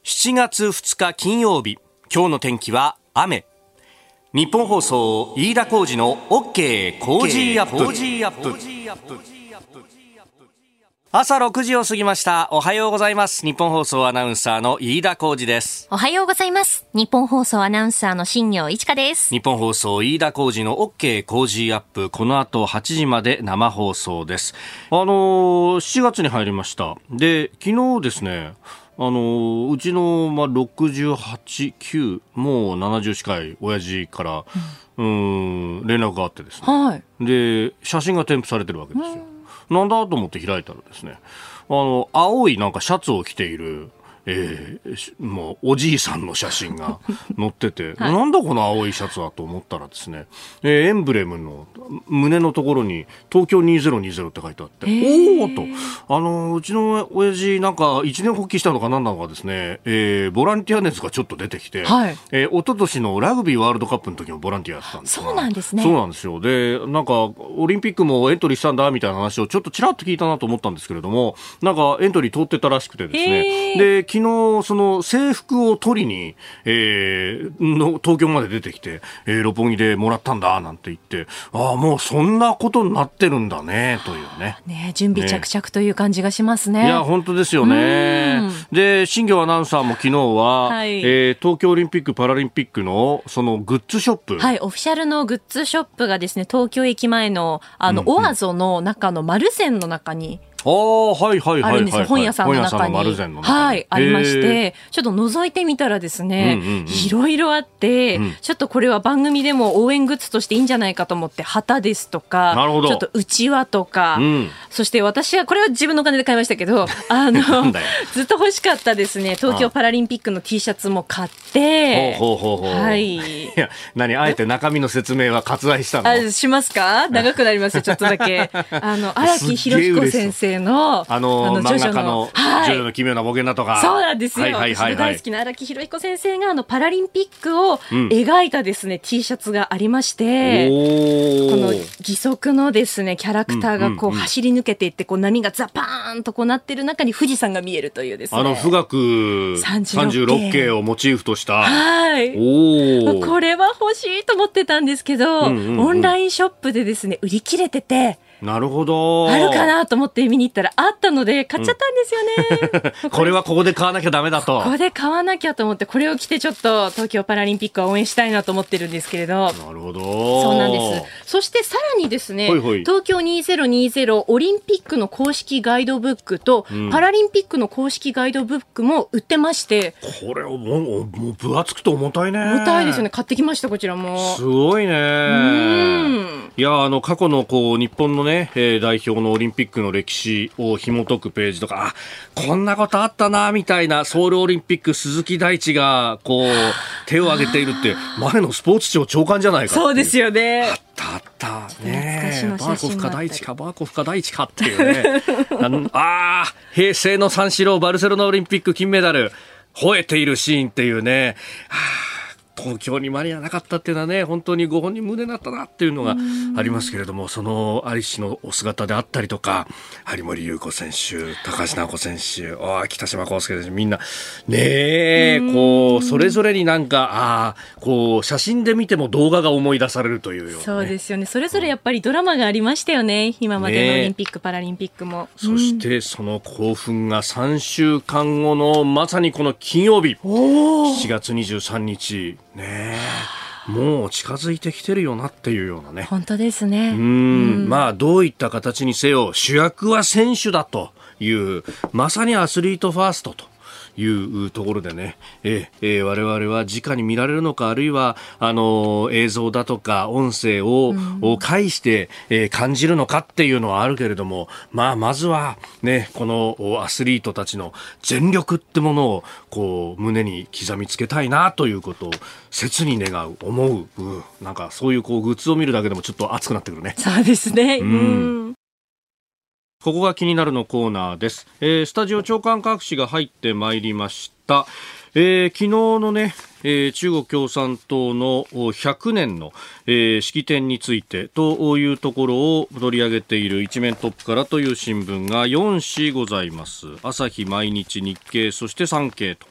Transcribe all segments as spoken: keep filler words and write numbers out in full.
しちがつふつか金曜日、今日の天気は雨。日本放送飯田浩司の OK 工事アップ。朝ろくじを過ぎました。おはようございます。日本放送アナウンサーの飯田浩司です。 おはようございます。日本放送アナウンサーの新業一華です。 日本放送飯田浩司の OK 工事アップ、この後はちじまで生放送です。あのー、しちがつに入りました。で、昨日ですね、あのうちの、まあ、ろくじゅうはち、きゅう、もうななじゅう近い親父から、うん、うん連絡があってですね、はい、で写真が添付されてるわけですよ。なんだと思って開いたらですね、あの青いなんかシャツを着ている、えー、もうおじいさんの写真が載ってて、はい、なんだこの青いシャツはと思ったらですね、えー、エンブレムの胸のところに東京にせんにじゅうって書いてあって、おーと、あのうちの親父なんか一年発起したのか何なのかですね、えー、ボランティア熱がちょっと出てきて、はい、えー、一昨年のラグビーワールドカップの時もボランティアやってたんですが、 そうなんですね。 そうなんですよ。で、なんかオリンピックもエントリーしたんだみたいな話をちょっとちらっと聞いたなと思ったんですけれども、なんかエントリー通ってたらしくてですね、で昨日その制服を取りに、えー、の東京まで出てきて、えー、六本木でもらったんだなんて言って、ああもうそんなことになってるんだねというね。 ね、準備着々という感じがしますね。 いや本当ですよね。で、新業アナウンサーも昨日は、はい、えー、東京オリンピックパラリンピックのそのグッズショップ、 はい、オフィシャルのグッズショップがですね、東京駅前のあの、うんうん、オアゾの中のマルゼンの中にああ、はいはいはいはい、 あるんですよ。本屋さんの中に。はい、ありまして、ちょっと覗いてみたらですね、いろいろあって、うん、ちょっとこれは番組でも応援グッズとしていいんじゃないかと思って、旗ですとか、ちょっとうちわとか、うん、そして私は、これは自分のお金で買いましたけど、あの、ずっと欲しかったですね、東京パラリンピックの T シャツも買って、 ほうほうほうほう。はい。いや、何、あえて中身の説明は割愛したの？ あ、しますか？長くなりますよ、ちょっとだけ。あの、荒木博彦先生の、 あの、あの漫画家のジョジョの奇妙な冒険だとか、 そうなんですよ、はいはいはいはい、私の大好きな荒木博彦先生があのパラリンピックを描いたですね、うん、T シャツがありまして、この義足のですねキャラクターがこう走り抜けていって、こう波がザパーンとこうなってる中に富士山が見えるというですね、 あの富岳さんじゅうろっけいをモチーフとした、 はい、おこれは欲しいと思ってたんですけど、うんうんうん、オンラインショップでですね売り切れてて、 なるほど、 あるかなと思って見に行ったらあったので買っちゃったんですよね、 うん、これはここで買わなきゃダメだと、 ここで買わなきゃと思って、これを着てちょっと東京パラリンピックは応援したいなと思ってるんですけれど。 なるほど、 そうなんです。そしてさらにですね、ほいほい、東京にせんにじゅうオリンピックの公式ガイドブックと、うん、パラリンピックの公式ガイドブックも売ってまして、 これをもう、もう分厚くて重たいね。 重たいですよね。買ってきました、こちらも。 すごいね。うん、いや、あの過去のこう日本のね、えー、代表のオリンピックの歴史を紐解くページとか、あ、こんなことあったなみたいな、ソウルオリンピック鈴木大地がこう手を挙げているって前のスポーツ庁長官じゃないかっていう。 そうですよね。 あったあったね。バーコフか大地かバーコフか大地かっていうね。ああ、平成の三四郎バルセロナオリンピック金メダル吠えているシーンっていうね。はあ、東京に間に合わなかったっていうのはね、本当にご本人無念だったなっていうのがありますけれども、そのアリ氏のお姿であったりとか、張森優子選手、高橋尚子選手、あ、北島康介選手、みんなねえ、こうそれぞれになんか、あ、こう写真で見ても動画が思い出されるというような、ね、 そうですよね。それぞれやっぱりドラマがありましたよね、今までのオリンピック、ね、パラリンピックも。 そしてその興奮がさんしゅうかんごのまさにこの金曜日、しちがつにじゅうさんにちねえ、もう近づいてきてるよなっていうようなね。 本当ですね。 うん、うん、まあどういった形にせよ主役は選手だという、まさにアスリートファーストというところでね、ええ、我々は直に見られるのか、あるいはあの映像だとか音声を、うん、介して、えー、感じるのかっていうのはあるけれども、まあまずはね、このアスリートたちの全力ってものをこう胸に刻みつけたいなということを切に願う、思う、うん、なんかそういうこうグッズを見るだけでもちょっと熱くなってくるね。 そうですね。うん、うん、 ここが気になるのコーナーです。えー、スタジオ長官各紙が入ってまいりました。えー、昨日のね、えー、中国共産党のひゃくねんの、えー、式典についてというところを取り上げている一面トップからという新聞がよんしございます。朝日、毎日、日経、そして産経と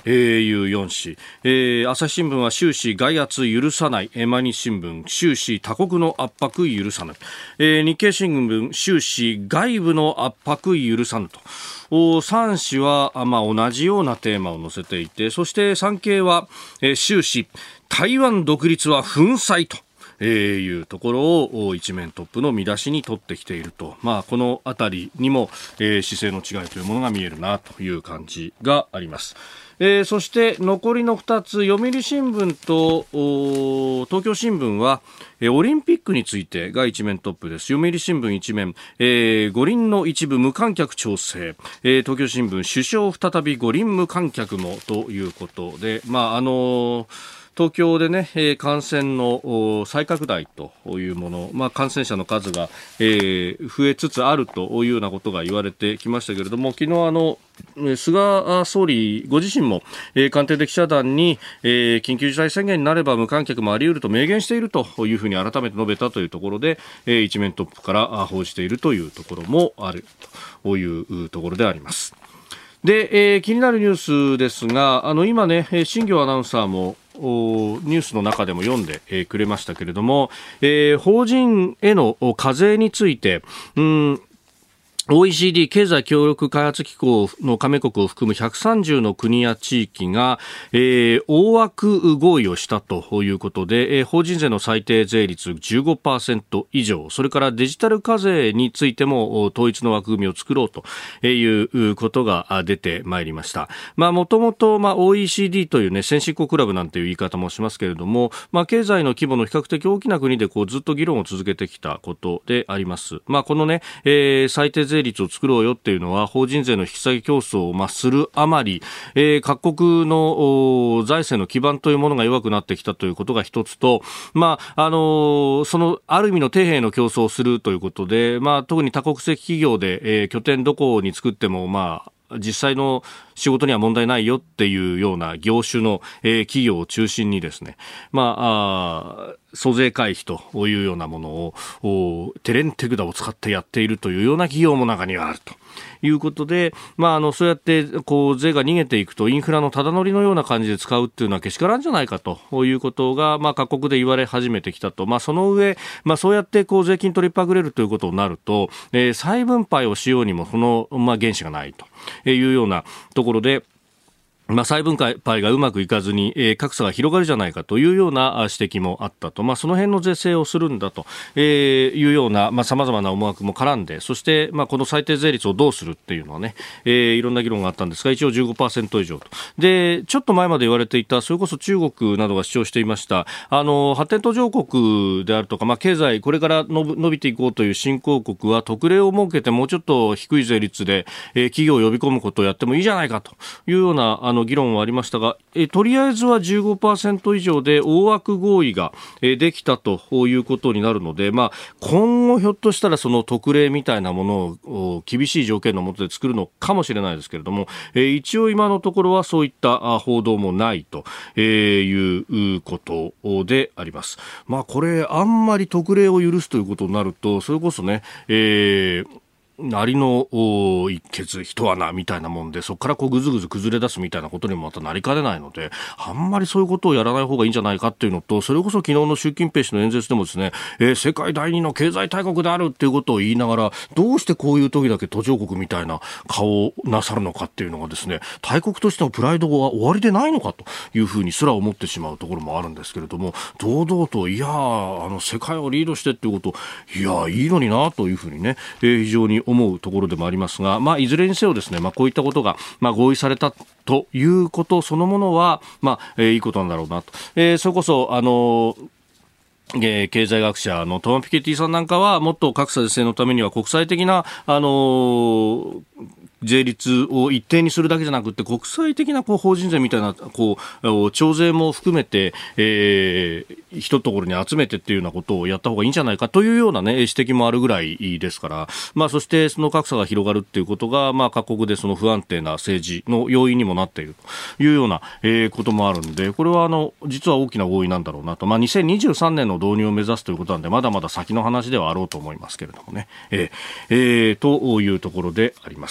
えー、いうよん紙、えー、朝日新聞は終始外圧許さない、えー、毎日新聞終始他国の圧迫許さない、えー、日経新聞終始外部の圧迫許さぬとさん紙は、まあ、同じようなテーマを載せていて、そして産経は、えー、終始台湾独立は粉砕とえー、いうところを一面トップの見出しに取ってきていると、まあ、このあたりにも、えー、姿勢の違いというものが見えるなという感じがあります。えー、そして残りのふたつ、読売新聞と東京新聞は、えー、オリンピックについてが一面トップです。読売新聞一面、えー、五輪の一部無観客調整、えー、東京新聞首相再び五輪無観客もということで、まああのー東京でね、えー、感染の再拡大というもの、まあ、感染者の数が、えー、増えつつあるというようなことが言われてきましたけれども、昨日あの菅総理ご自身も、えー、官邸で記者団に、えー、緊急事態宣言になれば無観客もあり得ると明言しているというふうに改めて述べたというところで、えー、一面トップから報じているというところもあるというところであります。で、えー、気になるニュースですが、あの今ね、新業アナウンサーもニュースの中でも読んで、えー、くれましたけれども、えー、法人への課税について、うん、オーイーシーディー 経済協力開発機構の加盟国を含むひゃくさんじゅうの国や地域が、えー、大枠合意をしたということで、えー、法人税の最低税率 じゅうごパーセント 以上、それからデジタル課税についても統一の枠組みを作ろうということが出てまいりました。まあもともと、まあ オーイーシーディー というね、先進国クラブなんていう言い方もしますけれども、まあ経済の規模の比較的大きな国でこうずっと議論を続けてきたことであります。まあこのね、えー、最低税率を作ろうよっていうのは法人税の引き下げ競争を、まあ、するあまり、えー、各国の財政の基盤というものが弱くなってきたということが一つと、まああのー、そのある意味の底辺の競争をするということで、まあ、特に多国籍企業で、えー、拠点どこに作ってもまあ実際の仕事には問題ないよっていうような業種の、えー、企業を中心にですね、まあ、あ租税回避というようなものをテレンテグダを使ってやっているというような企業も中にはあるということで、まあ、あのそうやってこう税が逃げていくとインフラのただ乗りのような感じで使うっていうのはけしからんじゃないかということが、まあ、各国で言われ始めてきたと、まあ、その上、まあ、そうやってこう税金取りっぱぐれるということになると、えー、再分配をしようにもその、まあ、原資がないというようなところで、まあ、再分配がうまくいかずに、えー、格差が広がるじゃないかというような指摘もあったと、まあ、その辺の是正をするんだと、えー、いうような、まあ、様々な思惑も絡んで、そして、まあ、この最低税率をどうするっていうのはね、えー、いろんな議論があったんですが、一応 じゅうごパーセント 以上と。で、ちょっと前まで言われていた、それこそ中国などが主張していました、あの、発展途上国であるとか、まあ、経済、これから伸び、伸びていこうという新興国は、特例を設けてもうちょっと低い税率で、えー、企業を呼び込むことをやってもいいじゃないかというような、あの、議論はありましたが、えとりあえずは じゅうごパーセント 以上で大枠合意が、えできたということになるので、まあ、今後ひょっとしたらその特例みたいなものを厳しい条件の下で作るのかもしれないですけれども、え一応今のところはそういった報道もないということであります。まあ、これあんまり特例を許すということになると、それこそね、えーアリの一穴一穴みたいなもんで、そこからこうぐずぐず崩れ出すみたいなことにもまたなりかねないので、あんまりそういうことをやらない方がいいんじゃないかっていうのと、それこそ昨日の習近平氏の演説でもですね、えー、世界第二の経済大国であるっていうことを言いながら、どうしてこういう時だけ途上国みたいな顔をなさるのかっていうのがですね、大国としてのプライドは終わりでないのかというふうにすら思ってしまうところもあるんですけれども、堂々といやーあの世界をリードしてっていうこと、いやいいのになというふうにね、えー、非常に思うところでもありますが、まあ、いずれにせよですね、まあ、こういったことが、まあ、合意されたということそのものは、まあえー、いいことなんだろうなと、えー、それこそあのーえー、経済学者のトマ・ピケティさんなんかは、もっと格差是正のためには国際的な、あのー税率を一定にするだけじゃなくて、国際的なこう法人税みたいなこう徴税も含めて、えー、一ところに集めてっていうようなことをやった方がいいんじゃないかというような、ね、指摘もあるぐらいですから、まあ、そしてその格差が広がるっていうことが、まあ、各国でその不安定な政治の要因にもなっているというような、えー、こともあるんで、これはあの実は大きな合意なんだろうなと、まあ、にせんにじゅうさんねんの導入を目指すということなんで、まだまだ先の話ではあろうと思いますけれどもね、えーえー、というところであります。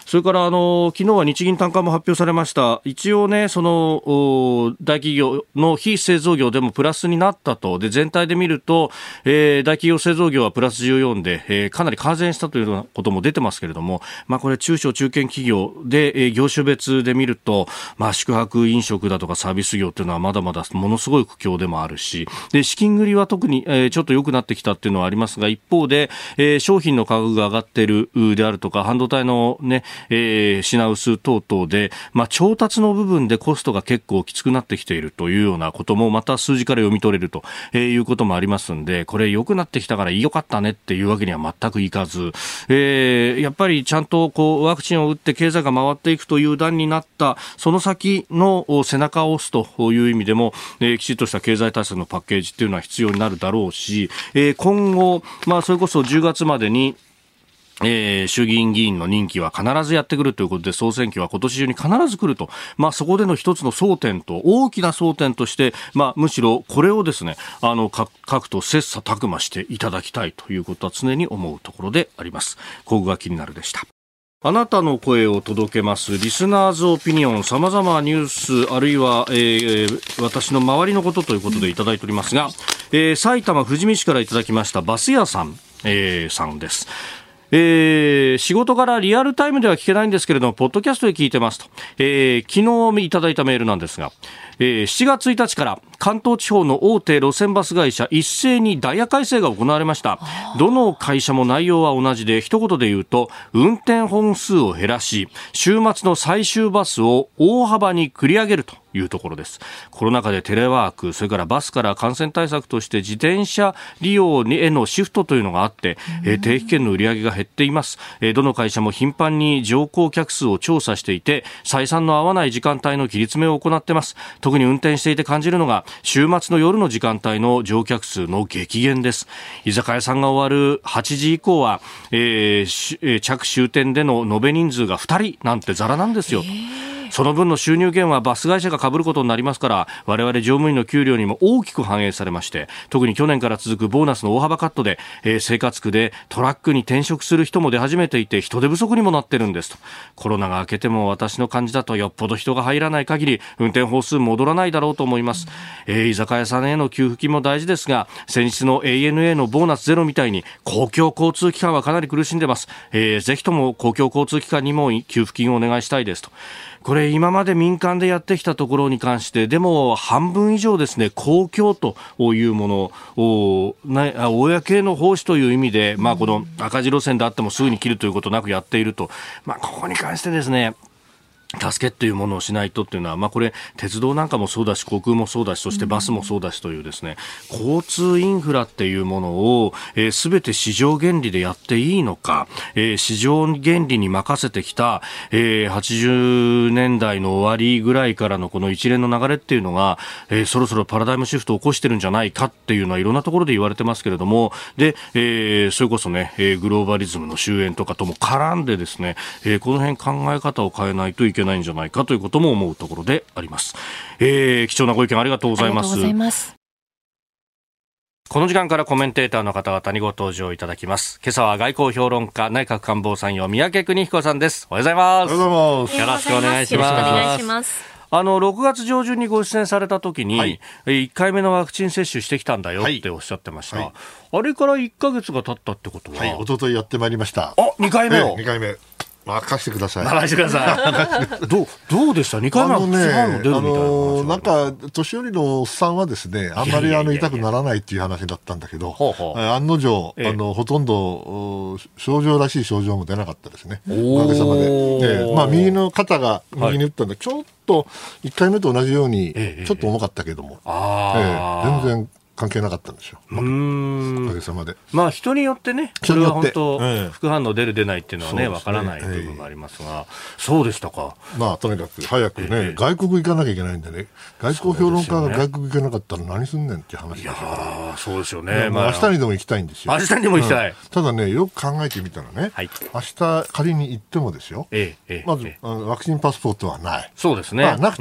それからあの昨日は日銀短観も発表されました。一応ね、その大企業の非製造業でもプラスになったと。で全体で見ると、えー、大企業製造業はプラスじゅうよんで、えー、かなり改善したというようなことも出てますけれども、まあ、これ中小中堅企業で、えー、業種別で見ると、まあ、宿泊飲食だとかサービス業っていうのはまだまだものすごい苦境でもあるし、で資金繰りは特に、えー、ちょっと良くなってきたっていうのはありますが、一方で、えー、商品の価格が上がっているであるとか、半導体の、ねえー、品薄等々で、まあ、調達の部分でコストが結構きつくなってきているというようなこともまた数字から読み取れるということもありますんで、これ良くなってきたから良かったねっていうわけには全くいかず、えー、やっぱりちゃんとこうワクチンを打って経済が回っていくという段になったその先の背中を押すという意味でも、えー、きちっとした経済対策のパッケージっていうのは必要になるだろうし、えー、今後、まあ、それこそじゅうがつまでにえー、衆議院議員の任期は必ずやってくるということで、総選挙は今年中に必ず来ると、まあ、そこでの一つの争点と大きな争点として、まあ、むしろこれをですね、あの各と切磋琢磨していただきたいということは常に思うところであります。ここが気になるでした。あなたの声を届けますリスナーズオピニオン、様々なニュースあるいは、えー、私の周りのことということでいただいておりますが、えー、埼玉富士見市からいただきましたバス屋さん、えー、さんです。えー、仕事からリアルタイムでは聞けないんですけれどもポッドキャストで聞いてますと、えー、昨日いただいたメールなんですが、えー、しちがつついたちから関東地方の大手路線バス会社一斉にダイヤ改正が行われました。どの会社も内容は同じで、一言で言うと運転本数を減らし週末の最終バスを大幅に繰り上げるというところです。コロナ禍でテレワーク、それからバスから感染対策として自転車利用へのシフトというのがあって、えー、定期券の売り上げが減っています。えー、どの会社も頻繁に乗降客数を調査していて、採算の合わない時間帯の切り詰めを行っています。特に運転していて感じるのが週末の夜の時間帯の乗客数の激減です。居酒屋さんが終わるはちじ以降は、えー、着終点での延べ人数がふたりなんてザラなんですよ。その分の収入減はバス会社が被ることになりますから、我々乗務員の給料にも大きく反映されまして、特に去年から続くボーナスの大幅カットで、えー、生活苦でトラックに転職する人も出始めていて、人手不足にもなってるんですと。コロナが明けても私の感じだとよっぽど人が入らない限り運転本数戻らないだろうと思います。えー、居酒屋さんへの給付金も大事ですが、先日の エーエヌエー のボーナスゼロみたいに公共交通機関はかなり苦しんでます。えー、ぜひとも公共交通機関にも給付金をお願いしたいですと。これ今まで民間でやってきたところに関してでも半分以上ですね、公共というものを公への奉仕という意味で、まあ、この赤字路線であってもすぐに切るということなくやっていると、まあ、ここに関してですね、助けというものをしないとっていうのは、まあ、これ鉄道なんかもそうだし航空もそうだし、そしてバスもそうだしというですね、交通インフラっていうものを、えー、全て市場原理でやっていいのか、えー、市場原理に任せてきた、えー、はちじゅうねんだいの終わりぐらいからのこの一連の流れっていうのが、えー、そろそろパラダイムシフトを起こしてるんじゃないかっていうのはいろんなところで言われてますけれども、で、えー、それこそね、えー、グローバリズムの終焉とかとも絡んでですね、えー、この辺考え方を変えないといけないないんじゃないかということも思うところであります。えー、貴重なご意見ありがとうございます。ありがとうございます。この時間からコメンテーターの方々にご登場いただきます。今朝は外交評論家内閣官房参与三宅邦彦さんです。おはようございます。 おはようございます。 よろしくお願いします。 よろしくお願いします。 あのろくがつ上旬にご出演された時に、はい、いっかいめのワクチン接種してきたんだよっておっしゃってました、はいはい、あれからいっかげつが経ったってことは、はい、 一昨日やってまいりました。 あ、にかいめを、 ええ、にかいめ任せてください。 任せてください。どう、どうでした？にかいめは副反応出るみたいな話。あのー、なんか年寄りのおっさんはですね、あんまりあの痛くならないっていう話だったんだけど、ほうほう、案の定、ええ、あのほとんど症状らしい症状も出なかったですね。おかげさまで。ええ、まあ右の肩が右に打ったんで、はい、ちょっといっかいめと同じようにちょっと重かったけども、ええええ、全然関係なかったんですよ。まあ、うーん、おかげさまで。 まあ人によってね、それは本当、ええ、副反応出る出ないっていうのはね、わからない部分がありますが、そうでしたか。 まあとにかく早くね、ええ、外国行かなきゃいけないんでね、外交評論家が外国行けなかったら何すんねんっていう話ですよ。いやそうですよね。まあ、 明日にでも行きたいんですよ。 明日にでも行きたい。うん、 ただね、よく考えてみたらね、はい、明日仮に行ってもですよ、ええええ、まず、ええ、ワクチンパスポートはない。 そうですね。 まあ、なくても、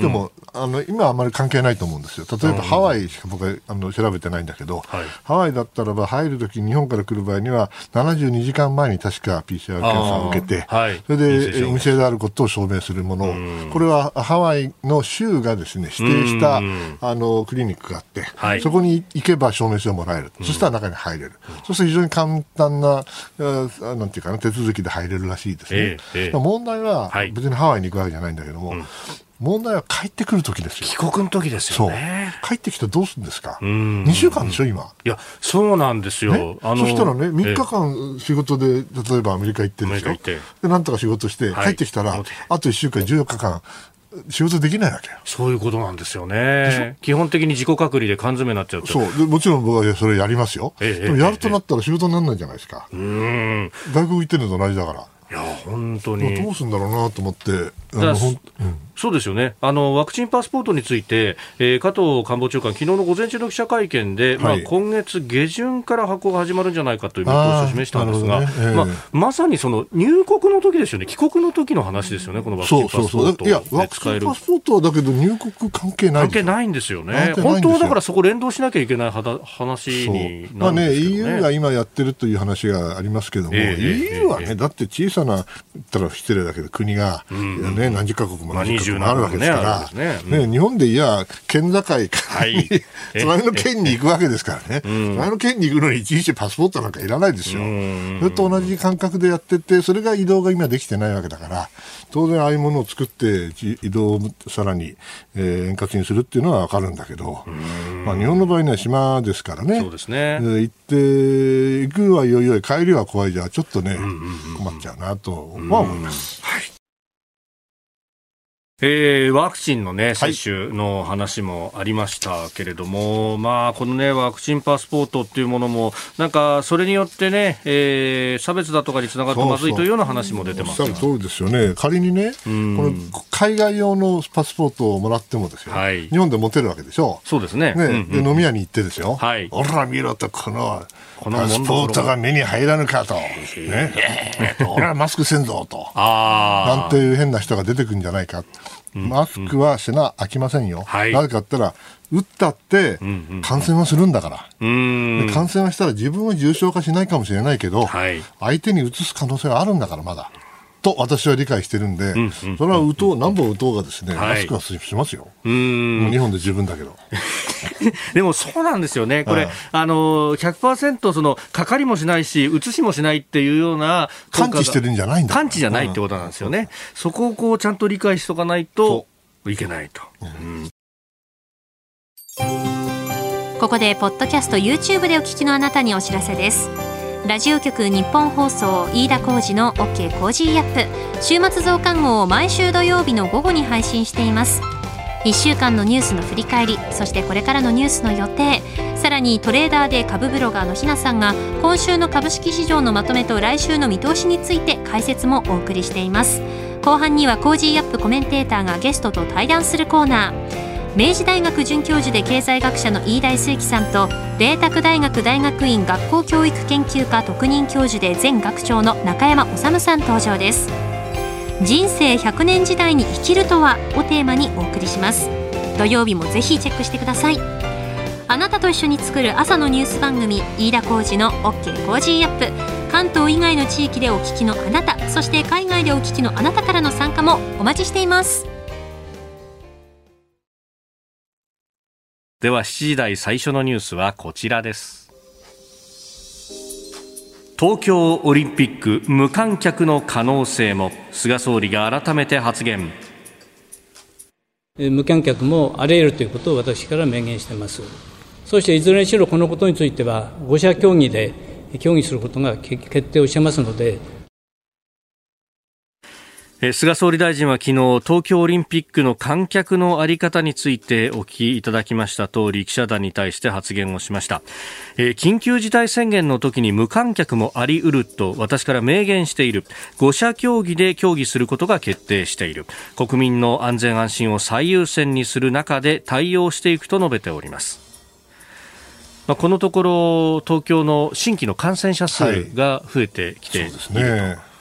あの今はあまり関係ないと思うんですよ。例えばハワイしか僕はあの調べてないんだけど、はい、ハワイだったらば入るとき日本から来る場合にはななじゅうにじかんまえに確か ピーシーアール 検査を受けて、はい、それで陰性であることを証明するものを、これはハワイの州がですね指定したあのクリニックがあって、はい、そこに行けば証明書をもらえる、そしたら中に入れる、そして非常に簡単ななんていうかな手続きで入れるらしいですね、えーえー、問題は別にハワイに行くわけじゃないんだけども、はい、問題は帰ってくるときですよ。 帰国のときですよね。 そう帰ってきてどうするんですか。にしゅうかんでしょ今。 いやそうなんですよ、 ね、あのそしたらねみっかかん仕事で例えばアメリカ行ってるでしょ。でなんとか仕事して帰ってきたら、はい、あといっしゅうかんじゅうよっかかん仕事できないわけよ。 そういうことなんですよね。基本的に自己隔離で缶詰になっちゃうと。 そうでもちろん僕はそれやりますよ、ええ、でもやるとなったら仕事にならないじゃないですか、ええ、うん外国行ってるのと同じだから。 いや本当にどうするんだろうなと思ってあの、うん、 そうですよね。あのワクチンパスポートについて、えー、加藤官房長官昨日の午前中の記者会見で、はいまあ、今月下旬から発行が始まるんじゃないかという見通しを示したんですが、ねえーまあ、まさにその入国の時ですよね。帰国の時の話ですよね。このワクチンパスポートそうそうそういやワクチンパスポートはだけど入国関係ない関係ないんですよね。本当はだからそこ連動しなきゃいけない話になるんですけどね。 まあね イーユー が今やってるという話がありますけども、えー、イーユー はね、えー、だって小さな言ったら失礼だけど国が、うんね、何十カ国も何十カ国もあるわけですから、ねうんね、日本でいや県境から、はい、隣の県に行くわけですからね、うん、隣の県に行くのにいちいちパスポートなんかいらないですよ、うん、それと同じ感覚でやっててそれが移動が今できてないわけだから当然ああいうものを作って移動をさらに、えー、円滑にするっていうのは分かるんだけど、まあ、日本の場合には島ですからねそうですね、 えー、行って行くはいよいよ帰りは怖いじゃちょっとね、うんうんうん、困っちゃうなとは思います、はいえー、ワクチンの、ね、接種の話もありましたけれども、はいまあ、この、ね、ワクチンパスポートっていうものもなんかそれによって、ねえー、差別だとかにつながってまずいというような話も出てます。 おっしゃる通りですよね。仮にねこの海外用のパスポートをもらってもですよ、はい、日本で持てるわけでしょ。 そうですね、 ね、うんうん、で飲み屋に行ってですよ、はい、おら見ろとこのパスポートが目に入らぬかと、ね、俺はマスクせんぞとあなんていう変な人が出てくるんじゃないか。マスクはしなあきませんよ、うん、なぜかって言ったら打ったって感染はするんだから、うん、で感染はしたら自分は重症化しないかもしれないけど、はい、相手にうつす可能性はあるんだからまだと私は理解してるんで、うんうん、それは打とう何本打とうがですね、はい、マスクはしますよ。うんもう日本で十分だけどでもそうなんですよね。これ、はい、あの ひゃくパーセント そのかかりもしないしうつしもしないっていうような感知してるんじゃないんだ感知じゃないってことなんですよね、うん、そこをこうちゃんと理解しとかないといけないと、うんうん、 ここでポッドキャスト YouTube でお聞きのあなたにお知らせです。ラジオ局日本放送飯田浩司の OK コージーアップ週末増刊号を毎週土曜日の午後に配信しています。いっしゅうかんのニュースの振り返り、そしてこれからのニュースの予定、さらにトレーダーで株ブロガーのひなさんが今週の株式市場のまとめと来週の見通しについて解説もお送りしています。後半にはコージーアップコメンテーターがゲストと対談するコーナー、明治大学准教授で経済学者の飯田康之さんと麗澤大学大学院学校教育研究科特任教授で前学長の中山修さん登場です。人生ひゃくねん時代に生きるとはをテーマにお送りします。土曜日もぜひチェックしてください。あなたと一緒に作る朝のニュース番組飯田浩司の OK コージーアップ、関東以外の地域でお聞きのあなた、そして海外でお聞きのあなたからの参加もお待ちしています。 ではしちじ台最初のニュースはこちらです。東京オリンピック無観客の可能性も、菅総理が改めて発言。 無観客もあり得るということを私から明言しています。そしていずれにしろこのことについてはご者協議で協議することが決定をしていますので。 菅総理大臣は昨日東京オリンピックの観客のあり方についてお聞きいただきました通り記者団に対して発言をしました。緊急事態宣言の時に無観客もあり得ると私から明言している。ご者協議で協議することが決定している。国民の安全安心を最優先にする中で対応していくと述べております。まあ、このところ東京の新規の感染者数が増えてきていると、はい、そうですね。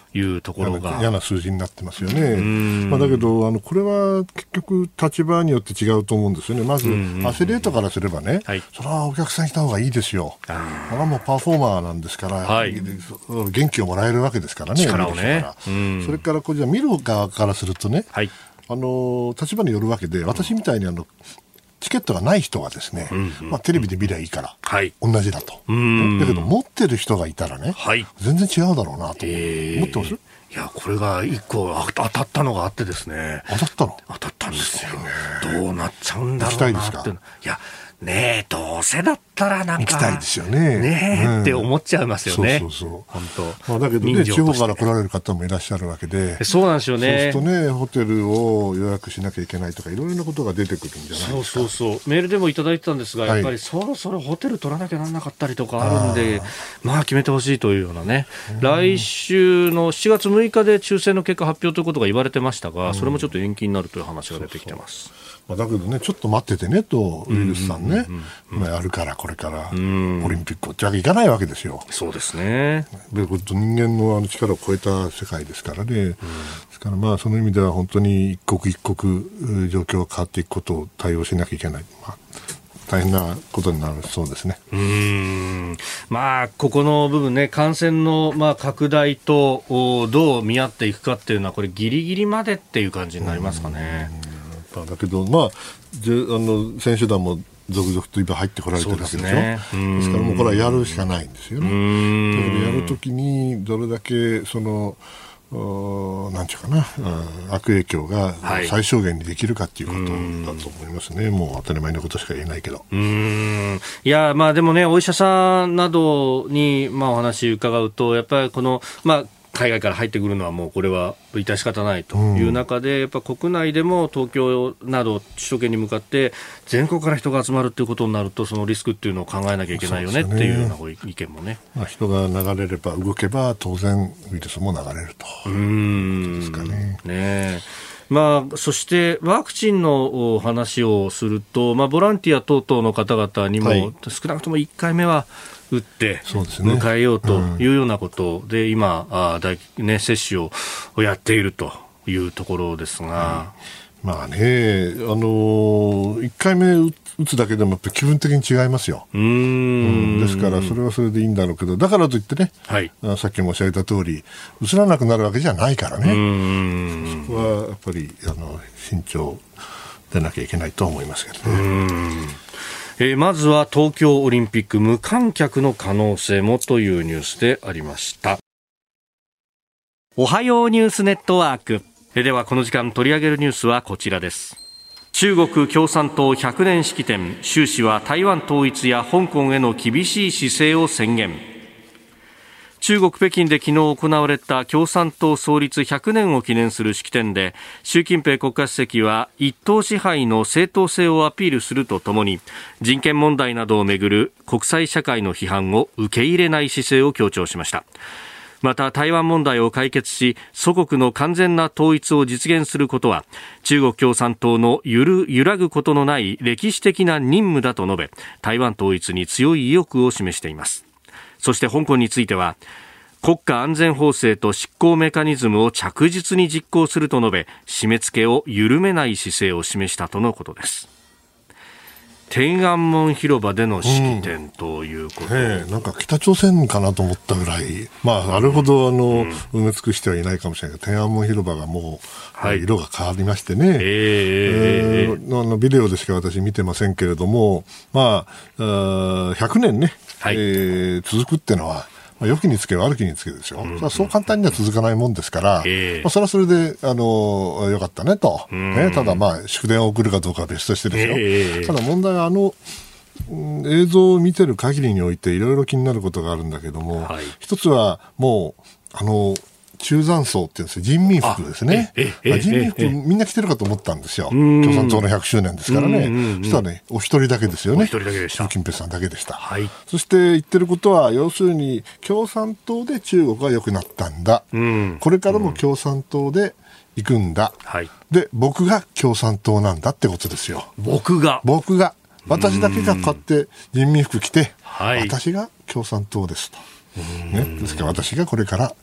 いうところが嫌な数字になってますよね。まあ、だけどあのこれは結局立場によって違うと思うんですよね。まずアフィリエイトからすればね、はい、それはお客さん来た方がいいですよ。これはもうパフォーマーなんですから、はい、元気をもらえるわけですからね。 力をね。 それからこれじゃ見る側からするとね、はい、あの立場によるわけで、私みたいにあのチケットがない人はですね、うんうん、まあ、テレビで見りゃいいから、はい、同じだと。だけど持ってる人がいたらね、はい、全然違うだろうなと思ってます。 いや、これが一個当たったのがあってですね。 当たったの？ 当たったんですよ。どうなっちゃうんだろうなって。行きたいですか？いや、ねえ、どうせだったらなんか。 行きたいですよね。 ねえ、うん、って思っちゃいますよね。 そうそうそう。本当。まあ、だけどね、地方から来られる方もいらっしゃるわけで。 そうなんですよね。 そうするとね、ホテルを予約しなきゃいけないとか、いろいろなことが出てくるんじゃないですか。そうそうそう。メールでもいただいてたんですが、やっぱりそろそろホテル取らなきゃなんなかったりとかあるんで、まあ決めてほしいというようなね。来週のしがつむいかで抽選の結果発表ということが言われてましたが、それもちょっと延期になるという話が出てきてます。そうそう、まあ、だけどね、ちょっと待っててねと、ウイルスさんね、今やるから、これからオリンピックじゃいかないわけですよ。 そうですね。 で人間のあの力を超えた世界ですからね。ですからまあその意味では本当に一刻一刻状況が変わっていくことを対応しなきゃいけない。まあ大変なことになるそうですね。 うーん、まあ、ここの部分ね、感染の、まあ、拡大とどう見合っていくかっていうのはこれギリギリまでっていう感じになりますかね。 だけど、まあ、じあの選手団も続々と今入ってこられてるわけでしょ。 ですね。ですからもうこれはやるしかないんですよね。だけどやるときにどれだけそのなんていうかな、悪影響が最小限にできるかっていうことだと思いますね。はい、もう当たり前のことしか言えないけど。 うーん、いや、まあでもね、お医者さんなどに、まあ、お話伺うと、やっぱりこの、まあ海外から入ってくるのはもうこれは致し方ないという中で、うん、やっぱ国内でも東京など首都圏に向かって全国から人が集まるということになると、そのリスクっていうのを考えなきゃいけないよねっていうような意見もね。 まあ、人が流れれば動けば当然ウイルスも流れると。うーんですかね。 ね。まあ、そしてワクチンの話をすると、まあ、ボランティア等々の方々にも、はい、少なくともいっかいめは打って迎えようというようなことで、うん、今あ大、ね、接種をやっているというところですが、 うん、まあね、あのー、いっかいめ打つだけでもやっぱ気分的に違いますよ。うーん、うん、ですからそれはそれでいいんだろうけど、だからといってね、はい、さっき申し上げた通り打らなくなるわけじゃないからね。うーん、そこはやっぱりあの慎重でなきゃいけないと思いますけどね。うーん、 えー、まずは東京オリンピック無観客の可能性もというニュースでありました。おはようニュースネットワーク、えー、ではこの時間取り上げるニュースはこちらです。中国共産党ひゃくねん式典、習氏は台湾統一や香港への厳しい姿勢を宣言。中国北京で昨日行われた共産党創立ひゃくねんを記念する式典で、習近平国家主席は一党支配の正当性をアピールするとともに、人権問題などをめぐる国際社会の批判を受け入れない姿勢を強調しました。また台湾問題を解決し、祖国の完全な統一を実現することは中国共産党の揺る揺らぐことのない歴史的な任務だと述べ、台湾統一に強い意欲を示しています。そして香港については、国家安全法制と執行メカニズムを着実に実行すると述べ、締め付けを緩めない姿勢を示したとのことです。天安門広場での式典ということ、うんえー、なんか北朝鮮かなと思ったぐらい、まあ、あれほどあの、うん、埋め尽くしてはいないかもしれないけど、天安門広場がもう、はい、色が変わりましてね、えーえー、あのビデオでしか私見てませんけれども、まあ、あひゃくねんね、はい、えー、続くっていうのは、まあ、良きにつけ悪きにつけですよ、うんうん、そう簡単には続かないもんですから、えーまあ、それはそれであのよかったねと、うんね、ただ、まあ、祝電を送るかどうかは別としてですよ、えー、ただ問題はあの、うん、映像を見てる限りにおいていろいろ気になることがあるんだけども、はい、一つはもうあの中山層っていうんですよ、人民服ですね。まあ、人民服みんな着てるかと思ったんですよ。共産党のひゃくしゅうねんですからね。そしたらね、お一人だけですよね。お一人だけでした。習近平さんだけでした。はい、そして言ってることは、要するに共産党で中国が良くなったんだ。うん、これからも共産党で行くんだ。はい、で、僕が共産党なんだってことですよ。 僕が僕が。私だけが買って人民服着て、はい、私が共産党ですと。ね、ですから私がこれから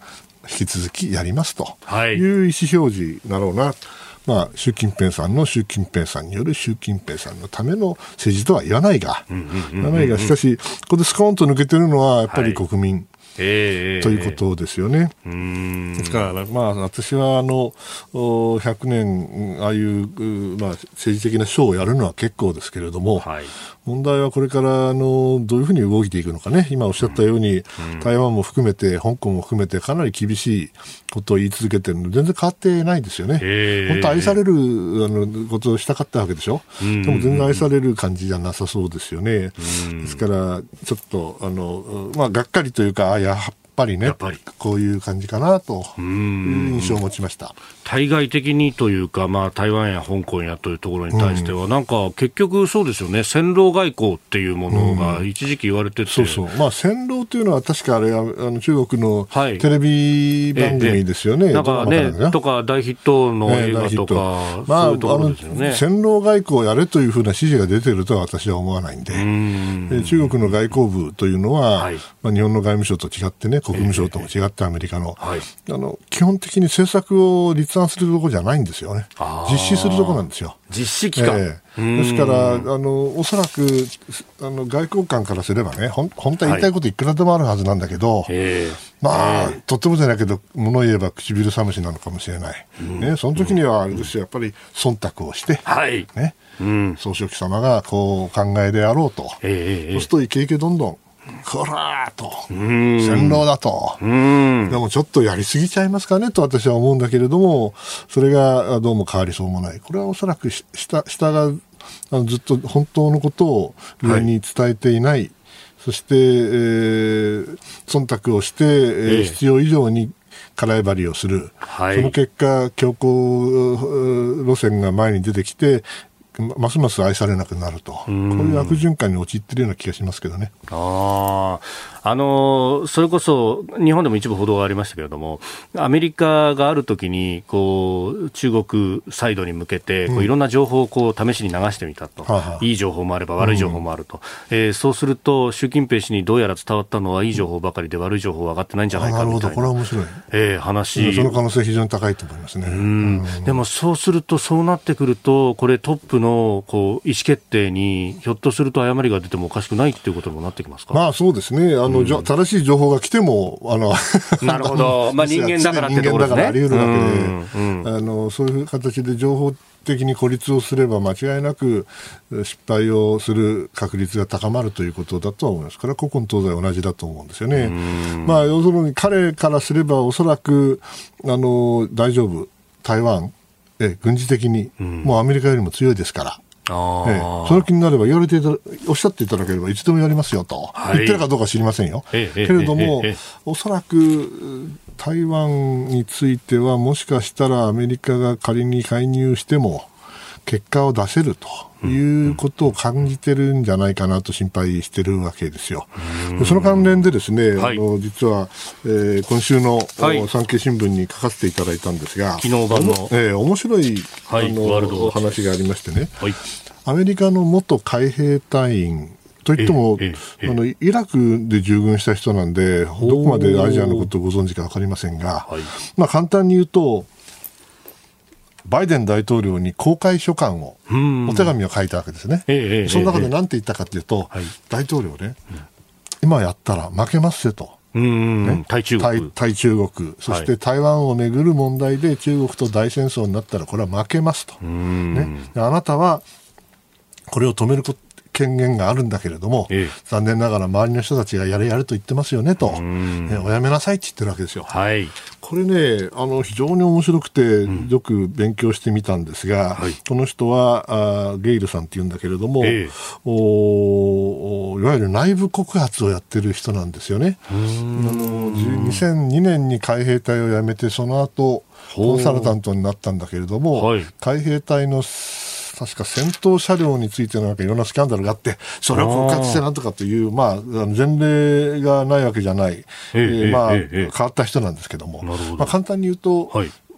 引き続きやりますという意思表示だろうな、まあ、習近平さんの習近平さんによる習近平さんのための政治とは言わないが、言わないが、しかし、ここでスコーンと抜けてるのはやっぱり国民、はいえー、ということですよね。うーんですから、まあ、私はあのひゃくねんああいう、まあ、政治的なショーをやるのは結構ですけれども、はい、問題はこれからあのどういうふうに動いていくのかね。今おっしゃったように、うん、台湾も含めて香港も含めてかなり厳しいことを言い続けてるので全然変わってないですよね。えー、本当愛されるあのことをしたかったわけでしょ。うん、でも全然愛される感じじゃなさそうですよね。うん、ですからちょっとあの、まあ、がっかりというかやっぱりね、やっぱりこういう感じかなという印象を持ちました。 対外的にというか、まあ、台湾や香港やというところに対しては、うん、なんか結局そうですよね、戦狼外交っていうものが一時期言われてて、うん、 そうそう、まあ、戦狼というのは確かあれあの中国のテレビ番組ですよね、 はい、なんかねとか大ヒットの映画とか、えー、そういうところですよね。 まあ、あの戦狼外交をやれというふうな指示が出ているとは私は思わないんで、うんで中国の外交部というのは、はいまあ、日本の外務省と違ってね、国務省とも違ってアメリカの、はい、あの基本的に政策を立案するところじゃないんですよね。実施するところなんですよ。 実施機関、えー、ですからあのおそらくあの外交官からすればね、ほん本当は言いたいこといくらでもあるはずなんだけど、はい、まあとってもじゃないけど物言えば唇寒しなのかもしれない、ね、その時にはあれですよ、やっぱり忖度をして、はいねうん、総書記様がこうお考えであろうと、えー、そうするとイケイケどんどんこらーと戦狼だとでもちょっとやりすぎちゃいますかねと私は思うんだけれども、それがどうも変わりそうもない。これはおそらく下、下があのずっと本当のことを上に伝えていない、はい、そして、えー、忖度をして、えー、必要以上に空張りをする、はい、その結果強硬路線が前に出てきてますます愛されなくなると、こういう悪循環に陥っているような気がしますけどね。 ああのそれこそ日本でも一部報道がありましたけれども、アメリカがあるときにこう中国サイドに向けてこういろんな情報をこう試しに流してみたと、うん、いい情報もあれば悪い情報もあると、うんえー、そうすると習近平氏にどうやら伝わったのはいい情報ばかりで悪い情報は上がってないんじゃないかみたいな、 なるほど、これは面白い、 えー、話、 その可能性非常に高いと思いますね。うん、 うん、でもそうするとそうなってくるとこれトップのこう意思決定にひょっとすると誤りが出てもおかしくないということにもなってきますか。 まあそうですね、あの、うん、正しい情報が来てもあのなるほど、まあ、人間だからってところですね。人間だからあり得るわけで、うんうん、あのそういう形で情報的に孤立をすれば間違いなく失敗をする確率が高まるということだとは思います。これは古今東西同じだと思うんですよね。まあ、要するに彼からすればおそらくあの大丈夫、台湾え軍事的にもうアメリカよりも強いですから、あええ、その気になれば言われていたおっしゃっていただければいつでもやりますよと、はい、言ってるかどうか知りませんよ、けれどもおそらく台湾についてはもしかしたらアメリカが仮に介入しても結果を出せるということを感じてるんじゃないかなと心配してるわけですよ。でその関連でですね、はい、あの実は、えー、今週の、はい、産経新聞に書かせていただいたんですが、昨日版の、 えー、面白い、はい、あの話がありましてね、はい、アメリカの元海兵隊員といっても、えええ、あのイラクで従軍した人なんでどこまでアジアのことをご存知か分かりませんが、はいまあ、簡単に言うとバイデン大統領に公開書簡をお手紙を書いたわけですね、ええ、その中で何て言ったかというと、ええ、大統領ね、うん、今やったら負けますよと、 うんね、対中国、 対、対中国、そして台湾をめぐる問題で中国と大戦争になったらこれは負けますと、ね、あなたはこれを止めること権限があるんだけれども、ええ、残念ながら周りの人たちがやれやれと言ってますよねと、ね、おやめなさいって言ってるわけですよ、はい、これねあの非常に面白くてよく勉強してみたんですが、うんはい、この人はあゲイルさんっていうんだけれども、ええ、おいわゆる内部告発をやってる人なんですよね。あのにせんにねんに海兵隊を辞めてその後コンサルタントになったんだけれども、はい、海兵隊の確か戦闘車両についてのなんかいろんなスキャンダルがあってそれを告発してなんとかという、まあ、前例がないわけじゃない、えーえーまあ、えー、変わった人なんですけども、まあ、簡単に言うと、はい、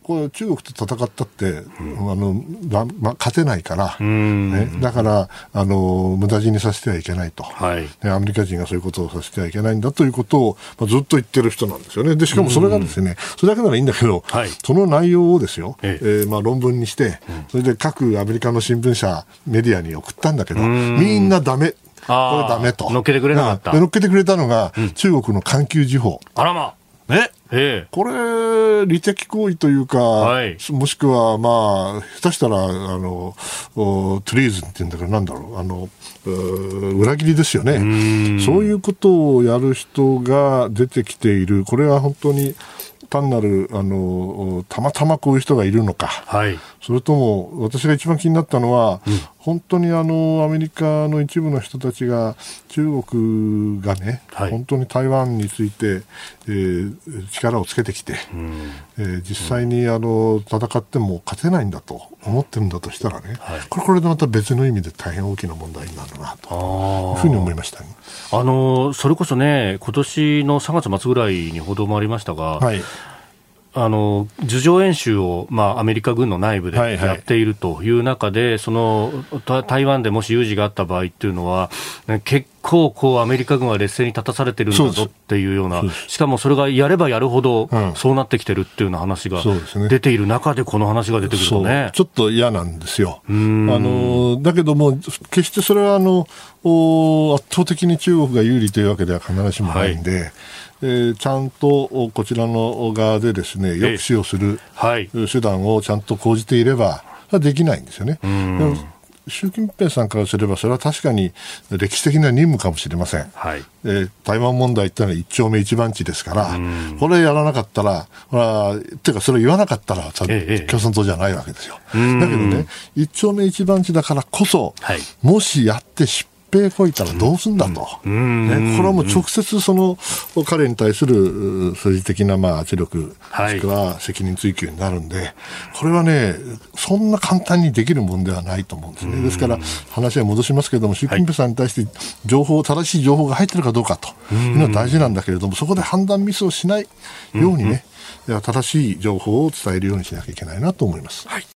これ中国と戦ったって、うん、あのま、勝てないから、ね、だからあの無駄死にさせてはいけないと、はいね、アメリカ人がそういうことをさせてはいけないんだということを、まあ、ずっと言ってる人なんですよね。でしかもそれがですね、それだけならいいんだけど、はい、その内容をですよ、えええーまあ、論文にして、うん、それで各アメリカの新聞社メディアに送ったんだけど、みんなダメ、これダメと乗っけてくれなかった。 乗っけてくれたのが、うん、中国の環球時報。 あらまね、ええ、これ、利敵行為というか、はい、もしくは、まあ、下手したら、あの、トゥリーズっていうんだからなんだろう、あの、裏切りですよね。そういうことをやる人が出てきている。これは本当に単なる、あの、たまたまこういう人がいるのか。はい、それとも、私が一番気になったのは、うん、本当にあの、アメリカの一部の人たちが、中国がね、はい、本当に台湾について、えー、力をつけてきて、うんえー、実際にあの戦っても勝てないんだと思ってるんだとしたらね、はい、これこれでまた別の意味で大変大きな問題になるなというふうに思いましたね。 あのそれこそね、今年のさんがつ末ぐらいに報道もありましたが、はい、あの図上演習を、まあ、アメリカ軍の内部でやっているという中で、はいはい、その台湾でもし有事があった場合っていうのは、ね、結構こうアメリカ軍は劣勢に立たされてるんだぞっていうような、しかもそれがやればやるほどそうなってきてるっていうような話が出ている中でこの話が出てくるとね、 ちょっと嫌なんですよ。あのだけども決してそれはあの圧倒的に中国が有利というわけでは必ずしもないんで、はいえー、ちゃんとこちらの側でですね抑止をする手段をちゃんと講じていればできないんですよね。習近平さんからすればそれは確かに歴史的な任務かもしれません、はいえー、台湾問題ってのは一丁目一番地ですからこれやらなかったらほらっていうかそれ言わなかったら共産党じゃないわけですよ。だけどね一丁目一番地だからこそ、はい、もしやって失敗兵こいたらどうすんだと、うんうんね、これはもう直接その彼に対する政治的なまあ圧力、もしくは責任追及になるんで、これはねそんな簡単にできるものではないと思うんですね。ですから話は戻しますけれども、習近平さんに対して情報、正しい情報が入っているかどうかというのは大事なんだけれども、そこで判断ミスをしないようにね、うんうん、正しい情報を伝えるようにしなきゃいけないなと思います。はい、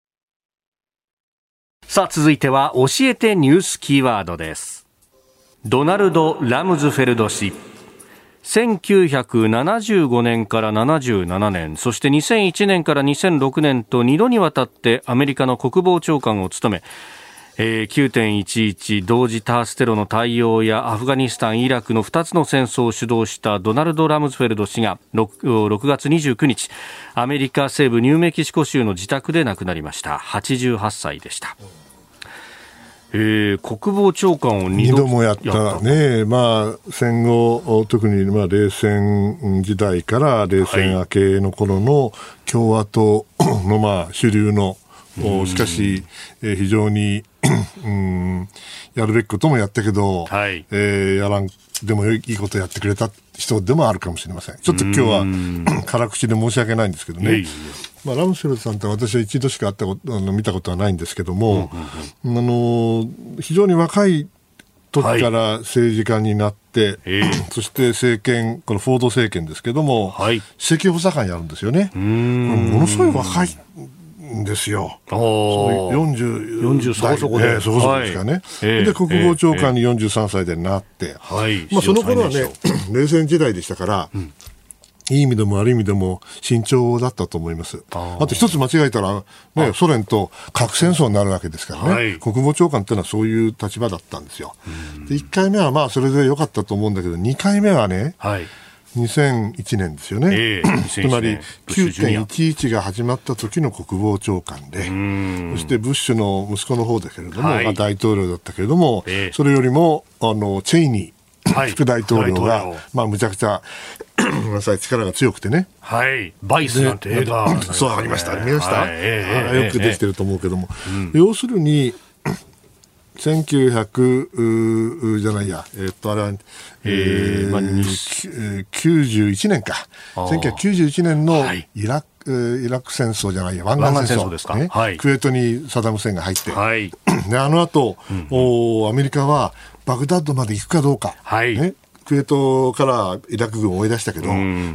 さあ続いては教えてニュースキーワードです。ドナルド・ラムズフェルド氏、せんきゅうひゃくななじゅうごねんからななじゅうななねん、そしてにせんいちねんからにせんろくねんとにどにわたってアメリカの国防長官を務め、えー、きゅうてんいちいち 同時多発テロの対応やアフガニスタン、イラクのふたつの戦争を主導したドナルド・ラムズフェルド氏が 6, ろくがつにじゅうくにち、アメリカ西部ニューメキシコ州の自宅で亡くなりました。はちじゅうはっさいでした。えー、国防長官をに 度, にどもやったね。まあ、戦後特にまあ冷戦時代から冷戦明けの頃の共和党のまあ主流の、はい、しかし、えー、非常にうんやるべきこともやったけど、はいえー、やらんでもいいことやってくれた人でもあるかもしれません。ちょっと今日は辛口で申し訳ないんですけどね。まあ、ラムスフェルドさんって私は一度しか会ったことあの見たことはないんですけども、うんうんうん、あの非常に若い時から政治家になって、はい、そして政権、このフォード政権ですけども、はい、首席補佐官やるんですよね。うーんものすごい若いんですよ。そうよんじゅう、 よんじゅうそこそこで、 えー、そこそこですかね。はい、で国防長官によんじゅうさんさいでなって、はい、まあ、その頃はね冷戦時代でしたから、うんいい意味でも悪い意味でも慎重だったと思います。あ, あと一つ間違えたら、ね、ソ連と核戦争になるわけですからね、はい、国防長官っていうのはそういう立場だったんですよ。でいっかいめはまあそれで良かったと思うんだけど、にかいめはね、はい、にせんいちねんですよね、えー、つまり きゅうてんいちいち が始まった時の国防長官で、そしてブッシュの息子の方だけれども、はいまあ、大統領だったけれども、えー、それよりもあのチェイニー副大統領が、はい、まあ、むちゃくちゃごめんなさい力が強くてね、 はい、バイスなんて映画、ね、 そうありました、見ました、はいえー、よくできてると思うけども、えーうん、要するにせんきゅうひゃくじゃないや、えー、っとあれは、えーまあ、きゅうじゅういちねんか、せんきゅうひゃくきゅうじゅういちねんのイラク、イラク戦争じゃないや、湾岸戦争ですか、ねはい、クウェートにサダム・フセインが入って、はい、であの後、うん、おアメリカはバグダッドまで行くかどうか、はいね、 クウェートからイラク軍を追い出したけど、うん、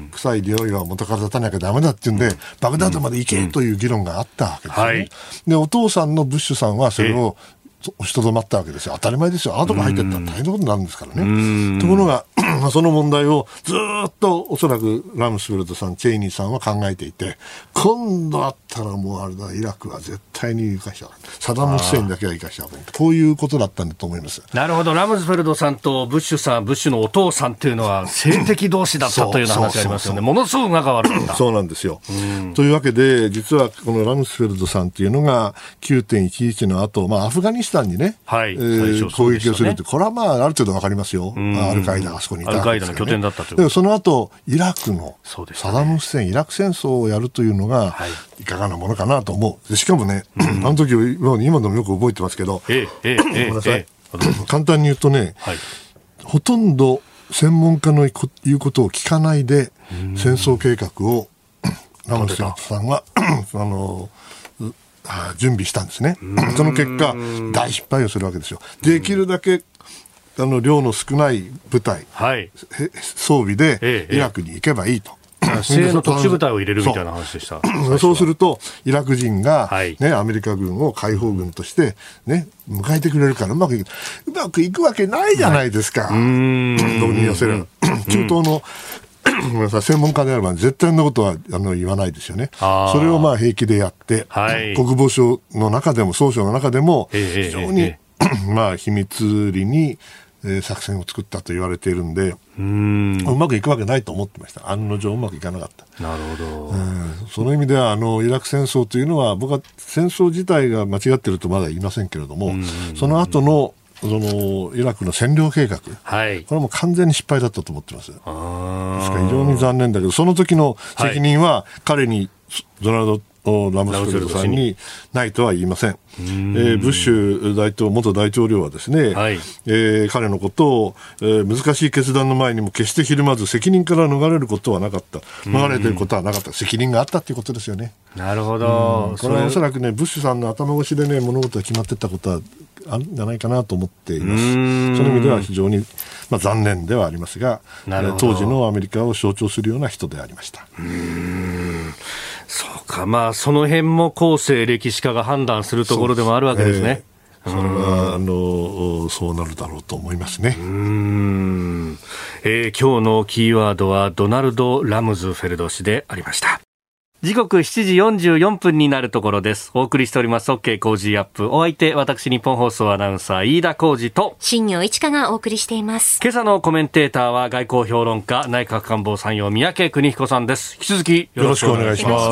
臭い匂いは元から立たなきゃダメだっていうんで、うん、バグダッドまで行けという議論があったわけですよね、うんはい、でお父さんのブッシュさんはそれを押しとどまったわけですよ。当たり前ですよ。あなたが入っていったら大変なことになるんですからね。ところがその問題をずっとおそらくラムスフェルドさん、チェイニーさんは考えていて、今度あったらもうあれだ、イラクは絶対に生かしちゃう、サダム・フセインだけは生かしちゃう、こういうことだったんだと思います。 なるほど。ラムスフェルドさんとブッシュさん、ブッシュのお父さんっていうのは性敵同士だったというような話がありますよね。ものすごく仲悪かった。 そうなんですよ。というわけで実はこのラムスフェルドさんっていうのが きゅうてんいちいち の後、まあ、アフガニスタンにね、はいえー、攻撃をするって、これはまあある程度わかりますよ。アルカイダがあそこにいた、ね、 アルカイダの拠点だったということ。 でもその後イラクのサダム・フセイン、イラク戦争をやるというのがいかがなものかなと思う。でしかもね、うん、あの時今でもよく覚えてますけど、ええええ、ごめんなさい、ええ、簡単に言うとね、はい、ほとんど専門家の言うことを聞かないで戦争計画をラムスフェルドさんはあの準備したんですね。その結果大失敗をするわけですよ。できるだけあの量の少ない部隊、はい、装備でイラクに行けばいいと、 ええ、精鋭の特殊部隊を入れるみたいな話でした。 そうそうするとイラク人が、はいね、アメリカ軍を解放軍として、ね、迎えてくれるからうまくいくうまくいくわけないじゃないですか、はい、うーん導入寄せる中東のごめんなさい、専門家であれば絶対のことはあの言わないですよね。それをまあ平気でやって、はい、国防省の中でも総省の中でも非常に、ええええ、まあ秘密裏にえー、作戦を作ったと言われているんで、うーんうまくいくわけないと思ってました。案の定うまくいかなかった。 なるほど、 うん、その意味ではあのイラク戦争というのは僕は戦争自体が間違っているとまだ言いませんけれども、その後のそのイラクの占領計画、はい、これも完全に失敗だったと思ってます。ですから非常に残念だけど、その時の責任は彼にドナルドラムスフェルドさんにないとは言いません。えー、ブッシュ大統元大統領はですね、はいえー、彼のことを、えー、難しい決断の前にも決してひるまず責任から逃れることはなかった、逃れていることはなかった、責任があったということですよね。 なるほど。 これはおそらくねブッシュさんの頭越しでね物事が決まっていったことはあるんじゃないかなと思っています。その意味では非常に、まあ、残念ではありますが、当時のアメリカを象徴するような人でありました。 うーんそうか、まあ、その辺も後世歴史家が判断するところでもあるわけですね。 そ, えー、それはあのそうなるだろうと思いますね。 うーん、えー、今日のキーワードはドナルド・ラムズフェルド氏でありました。時刻しちじよんじゅうよんぷんになるところです。お送りしております OK 工事アップ。お相手私日本放送アナウンサー飯田浩司と新業一華がお送りしています。 今朝のコメンテーターは外交評論家内閣官房参与三宅邦彦さんです。引き続きよろしくお願いします。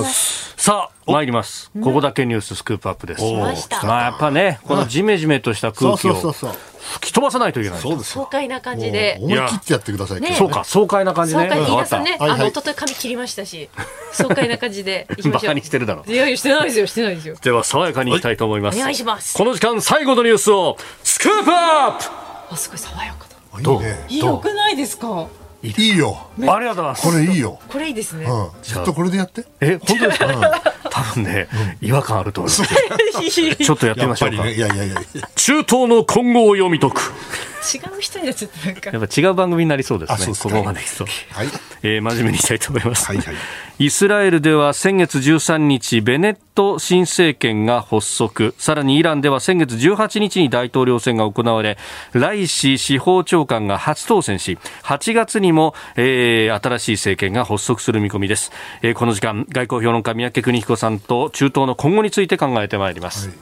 さあ参ります。ここだけニューススクープアップです。まあやっぱねこのジメジメとした空気を吹き飛ばさないといけない。 そうです。 爽快な感じで思い切ってやってください。 ね、そうか爽快な感じで、ね、 爽快飯田さんね、はいはい、あの一昨日髪切りましたし爽快な感じでいきましょう。 バカにしてるだろ。 いやいやしてないですよしてないですよ。 では爽やかにいきたいと思います、 はい、お願いします。 この時間最後のニュースをスクープアップ。 あすごい爽やかだ。 どういいよくないですか。 いいよ、 ね、ありがとうございます。 これいいよ。 これいいですね、 うん、ずっとこれでやって。 え本当ですか、うん、多分ね、うん、違和感あると思いますちょっとやってみましょうか。 ね、いやいやいや中東の今後を読み解く。 違う人になっちゃってなんかやっぱ違う番組になりそうですね。 そうですか。 ここまでいくと、 はいえー、真面目にいきたいと思います、 はいはい、 イスラエルでは先月じゅうさんにちベネット新政権が発足。さらにイランでは先月じゅうはちにちに大統領選が行われライシ司法長官が初当選しはちがつにも、えー、新しい政権が発足する見込みです、えー、この時間外交評論家三宅邦彦さんと中東の今後について考えてまいります、はい。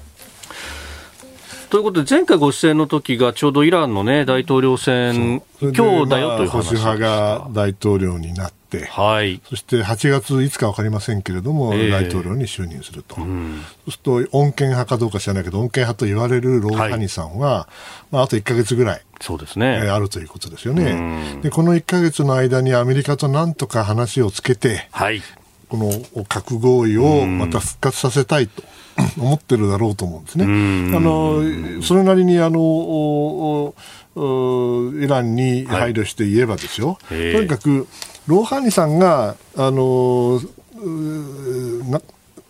ということで前回ご出演の時がちょうどイランの、ね、大統領選今日だよという話、 まあ、保守派が大統領になって、はい、そしてはちがついつか分かりませんけれども、えー、大統領に就任すると、うん、そうすると穏健派かどうか知らないけど穏健派と言われるローハニさんは、はいまあ、あといっかげつぐらいそうですね、 えー、あるということですよね、うん、でこのいっかげつの間にアメリカとなんとか話をつけて、はい、この核合意をまた復活させたいと思ってるだろうと思うんですね。あのそれなりにあのイランに配慮して言えばですよ、はい、とにかくローハニさんがあのな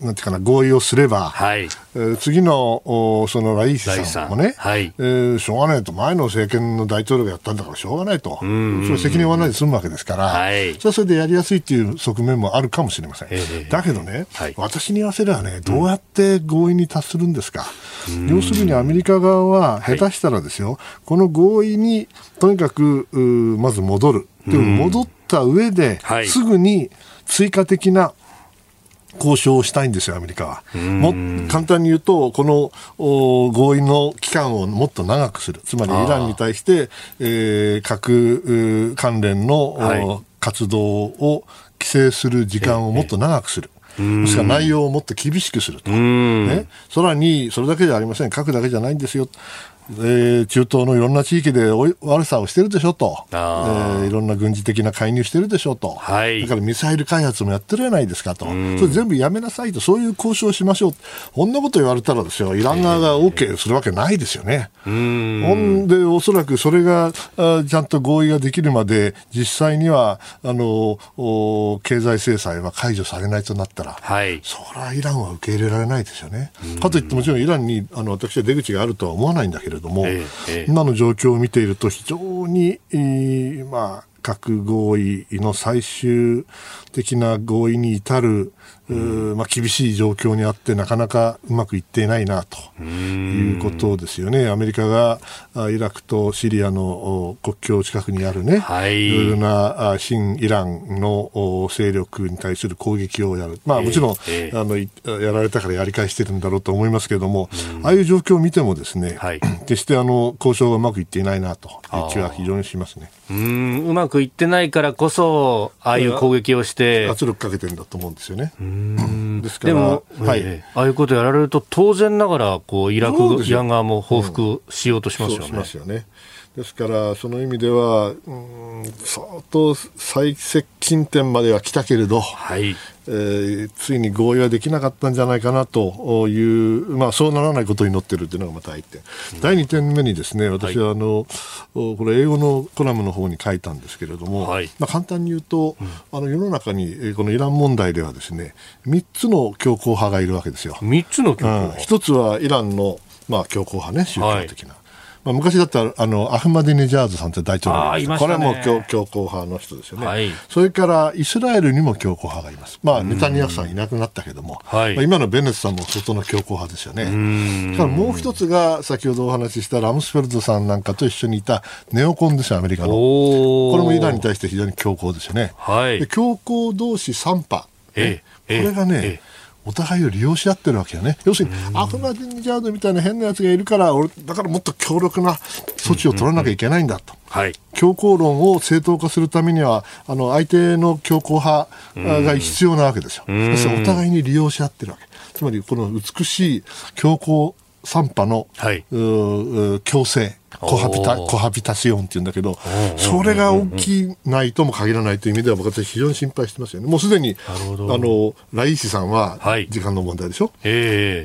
なんていうかな、合意をすれば、 はい、 えー、次のそのライシさんもね、 はい、 えー、しょうがないと、前の政権の大統領がやったんだからしょうがないと、それ責任を負わないで済むわけですから、はい、それはそれでやりやすいっていう側面もあるかもしれません。えー、だけどね、はい、私に言わせればね、どうやって合意に達するんですか。うん、要するにアメリカ側は下手したらですよ、はい、この合意にとにかくまず戻る。でも戻った上で、はい、すぐに追加的な交渉をしたいんですよ、アメリカは。も簡単に言うと、この合意の期間をもっと長くする。つまりイランに対して、えー、核関連の、はい、活動を規制する時間をもっと長くする。もしくは内容をもっと厳しくすると。ね、さらに、それだけじゃありません。核だけじゃないんですよ。えー、中東のいろんな地域で悪さをしてるでしょと、えー、いろんな軍事的な介入してるでしょと、はい、だからミサイル開発もやってるじゃないですかと、それ全部やめなさいと、そういう交渉をしましょう、こんなこと言われたらですよ、イラン側が OK するわけないですよね。えー、ほんでおそらくそれがちゃんと合意ができるまで実際にはあの経済制裁は解除されないとなったら、はい、それはイランは受け入れられないですよね。かといってもちろんイランにあの私は出口があるとは思わないんだけれども、えーえー、今の状況を見ていると非常に、えー、まあ核合意の最終的な合意に至る、うんまあ、厳しい状況にあってなかなかうまくいっていないなということですよね。アメリカがイラクとシリアの国境近くにあるね、はい、いろいろな新イランの勢力に対する攻撃をやる、まあ、もちろん、えー、あのやられたからやり返してるんだろうと思いますけれども、ああいう状況を見てもですね、はい、決してあの交渉がうまくいっていないなという気は非常にしますね。 うーん、うまくいってないからこそああいう攻撃をして圧力かけてるんだと思うんですよね。 うーんですからでも、はい、ああいうことやられると当然ながらこうイラクイラン側も報復しようとしますよね。 そうしますよね。ですからその意味ではうーん相当最接近点までは来たけれど、はいえー、ついに合意はできなかったんじゃないかなという、まあ、そうならないことを祈っているというのがまたいってん、うん、だいにてんめにですね、私はあの、はい、これ英語のコラムの方に書いたんですけれども、はいまあ、簡単に言うと、うん、あの世の中にこのイラン問題ではですねみっつの強硬派がいるわけですよ。 みっつの強硬派、 うん、ひとつはイランの、まあ、強硬派ね、宗教的な、はいまあ、昔だったらあのアフマディネジャードさんという大統領がいました。これはもう強強硬派の人ですよね、はい、それからイスラエルにも強硬派がいます、まあ、ネタニヤフさんいなくなったけども、はいまあ、今のベネットさんも相当の強硬派ですよね。だからもう一つが先ほどお話ししたラムスフェルドさんなんかと一緒にいたネオコンですよ、アメリカの。これもイランに対して非常に強硬ですよね、はい、で強硬同士さん派、ええ、これがね、ええお互いを利用し合ってるわけよね。要するにアフマディネジャードみたいな変なやつがいるから俺だからもっと強力な措置を取らなきゃいけないんだと、うんうんうん、強硬論を正当化するためにはあの相手の強硬派が必要なわけですよ。そしてお互いに利用し合ってるわけ。つまりこの美しい強硬三派の、はい、う共生コハビタ、コハビタシオンっていうんだけど、それが起きないとも限らないという意味では僕は非常に心配してますよね。もうすでにあのライーシさんは時間の問題でしょ、はい、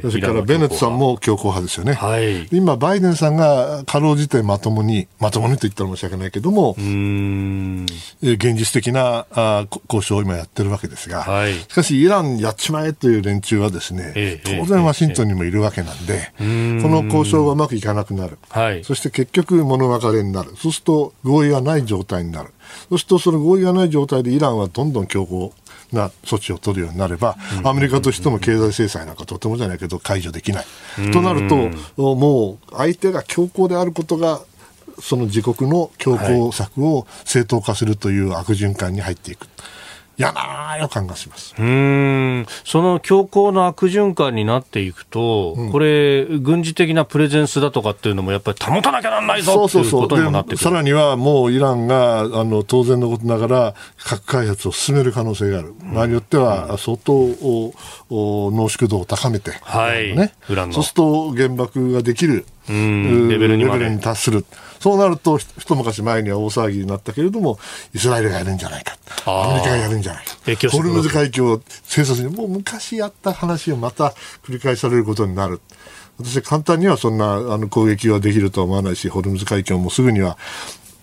それからベネットさんも強硬派ですよね、はい、今バイデンさんがかろうじてまともにまともにと言ったら申し訳ないけどもうーん現実的なあ交渉を今やってるわけですが、はい、しかしイランやっちまえという連中はですね、当然ワシントンにもいるわけなんで、この交渉がうまくいかなくなる、はい、そして結局物別れになる。そうすると合意がない状態になる。そうするとその合意がない状態でイランはどんどん強硬な措置を取るようになれば、アメリカとしても経済制裁なんかとてもじゃないけど解除できないとなると、もう相手が強硬であることがその自国の強硬策を正当化するという悪循環に入っていく。嫌な予感がします。 うーんその強硬の悪循環になっていくと、うん、これ軍事的なプレゼンスだとかっていうのもやっぱり保たなきゃならないぞということにもなってくる。 さらにはもうイランがあの当然のことながら核開発を進める可能性がある、うん、場合によっては相当、うん、濃縮度を高めて、はいね、そうすると原爆ができるうんレベルにまでレベルに達する。そうなると一昔前には大騒ぎになったけれどもイスラエルがやるんじゃないか、アメリカがやるんじゃないか、ホルムズ海峡を偵察にもう昔やった話をまた繰り返されることになる。私は簡単にはそんなあの攻撃はできるとは思わないし、ホルムズ海峡もすぐには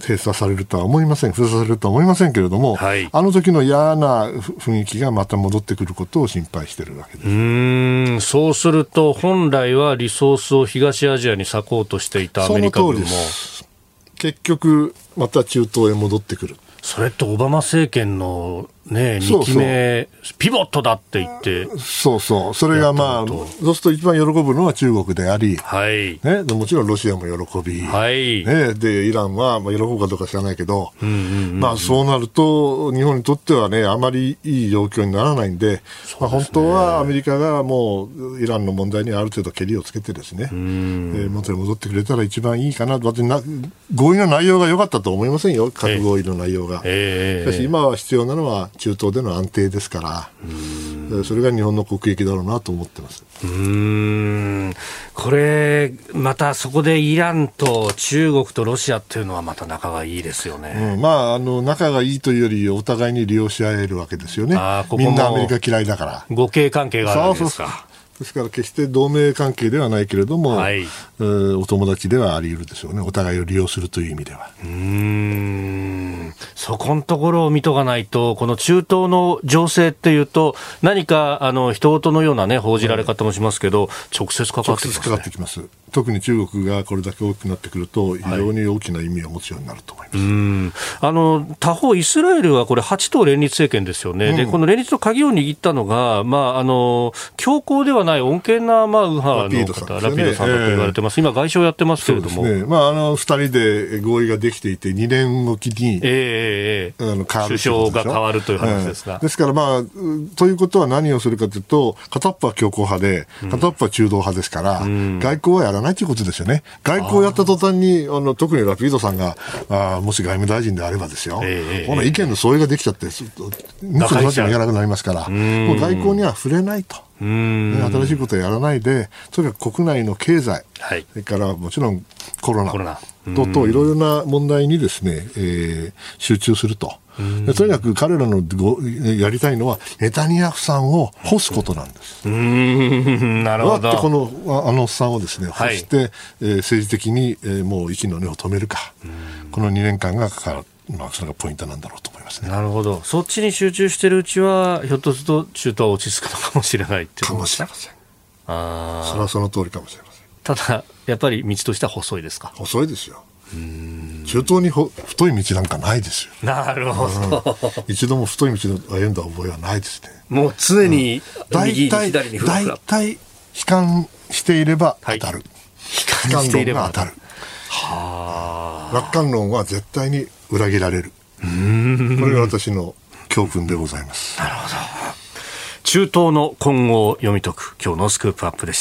閉鎖されるとは思いません、封鎖されるとは思いませんけれども、はい、あの時の嫌な雰囲気がまた戻ってくることを心配しているわけです。 うーん、そうすると本来はリソースを東アジアに割こうとしていたアメリカ軍も結局また中東へ戻ってくる。 それとオバマ政権のね、にきめピボットだって言ってそうそう、それがまあそうすると一番喜ぶのは中国であり、はいね、もちろんロシアも喜び、はいね、でイランはまあ喜ぶかどうか知らないけど、うんうんうんうん、まあ、そうなると日本にとってはねあまりいい状況にならないん で, で、ねまあ、本当はアメリカがもうイランの問題にある程度けりをつけてですね、うんえー、元に戻ってくれたら一番いいかな。私な合意の内容が良かったと思いませんよ、核合意の内容が、えー、しかし今は必要なのは中東での安定ですから、うんそれが日本の国益だろうなと思ってます。 うーんこれまたそこでイランと中国とロシアっていうのはまた仲がいいですよね、 うんまあ、あの仲がいいというよりお互いに利用し合えるわけですよね。あここみんなアメリカ嫌いだから互恵関係があるわけですか。そうそうそうですから決して同盟関係ではないけれども、はい、お友達ではあり得るでしょうね。お互いを利用するという意味では。 うーんそこのところを見とかないとこの中東の情勢っていうと何かあの人事のような、ね、報じられ方もしますけど、はい、直接関わってきますね。直接関わってきます。 特に中国がこれだけ大きくなってくると非常に大きな意味を持つようになると思います、はい、 うんあの他方イスラエルはこれはち党連立政権ですよね、うん、でこの連立の鍵を握ったのが、まあ、あの強硬ではない穏健な、まあ、右派の方ラピードさんだと言われてます、えー、今外相やってますけれども、 そうですね、まあ、あのふたりで合意ができていてにねんおきに、 えー、あの変わる首相が変わるという話ですが、えー、 ですから、まあ、ということは何をするかというと片っぽは強硬派で片っぽは中道派ですから、うん、外交はやらないということですよね。外交をやった途端にあの特にラピードさんがあもし外務大臣であればですよ、えー、この意見の相違ができちゃって密の立場がいけなくなりますから、もう外交には触れないと。うん新しいことをやらないでとにかく国内の経済、はい、それからもちろんコロナとといろいろな問題にですね、えー、集中すると。でとにかく彼らのやりたいのはネタニヤフさんを干すことなんです。 うーんなるほど。 どうやってこのあのおっさんをですね干して、はい、えー、政治的に、えー、もう息の根を止めるか、このにねんかんがかかる、まあ、それがポイントなんだろうと思いますね。 なるほど。そっちに集中しているうちはひょっとすると中東は落ち着くのかもしれないっていうかもしれません。 あそれはその通りかもしれません。 ただやっぱり道としては細いですか。 細いですよ。うーん中東にほ太い道なんかないですよ。 なるほど、 うん、一度も太い道を歩んだ覚えはないですね。 もう常に右に左にフラフラ。 だいたい悲観していれば当たる、はい、 悲観していれば当たる。は楽観論は絶対に裏切られる。うーんこれが私の教訓でございます。 なるほど。中東の今後を読み解く今日のスクープアップでした。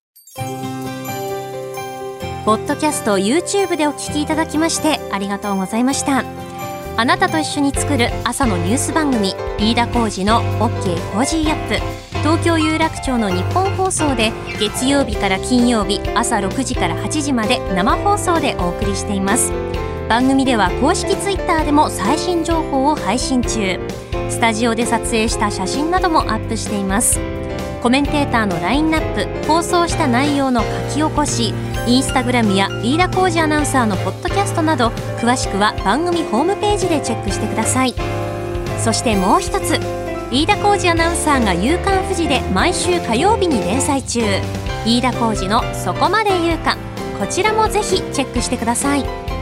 ポッドキャスト YouTube でお聞きいただきましてありがとうございました。あなたと一緒に作る朝のニュース番組飯田浩司の OK コージーアップ、東京有楽町の日本放送で月曜日から金曜日朝ろくじからはちじまで生放送でお送りしています。番組では公式 Twitter でも最新情報を配信中。スタジオで撮影した写真などもアップしています。コメンテーターのラインナップ、放送した内容の書き起こし、インスタグラムや飯田浩司アナウンサーのポッドキャストなど詳しくは番組ホームページでチェックしてください。そしてもう一つ、飯田浩司アナウンサーが夕刊フジで毎週火曜日に連載中、飯田浩司のそこまで言うか、こちらもぜひチェックしてください。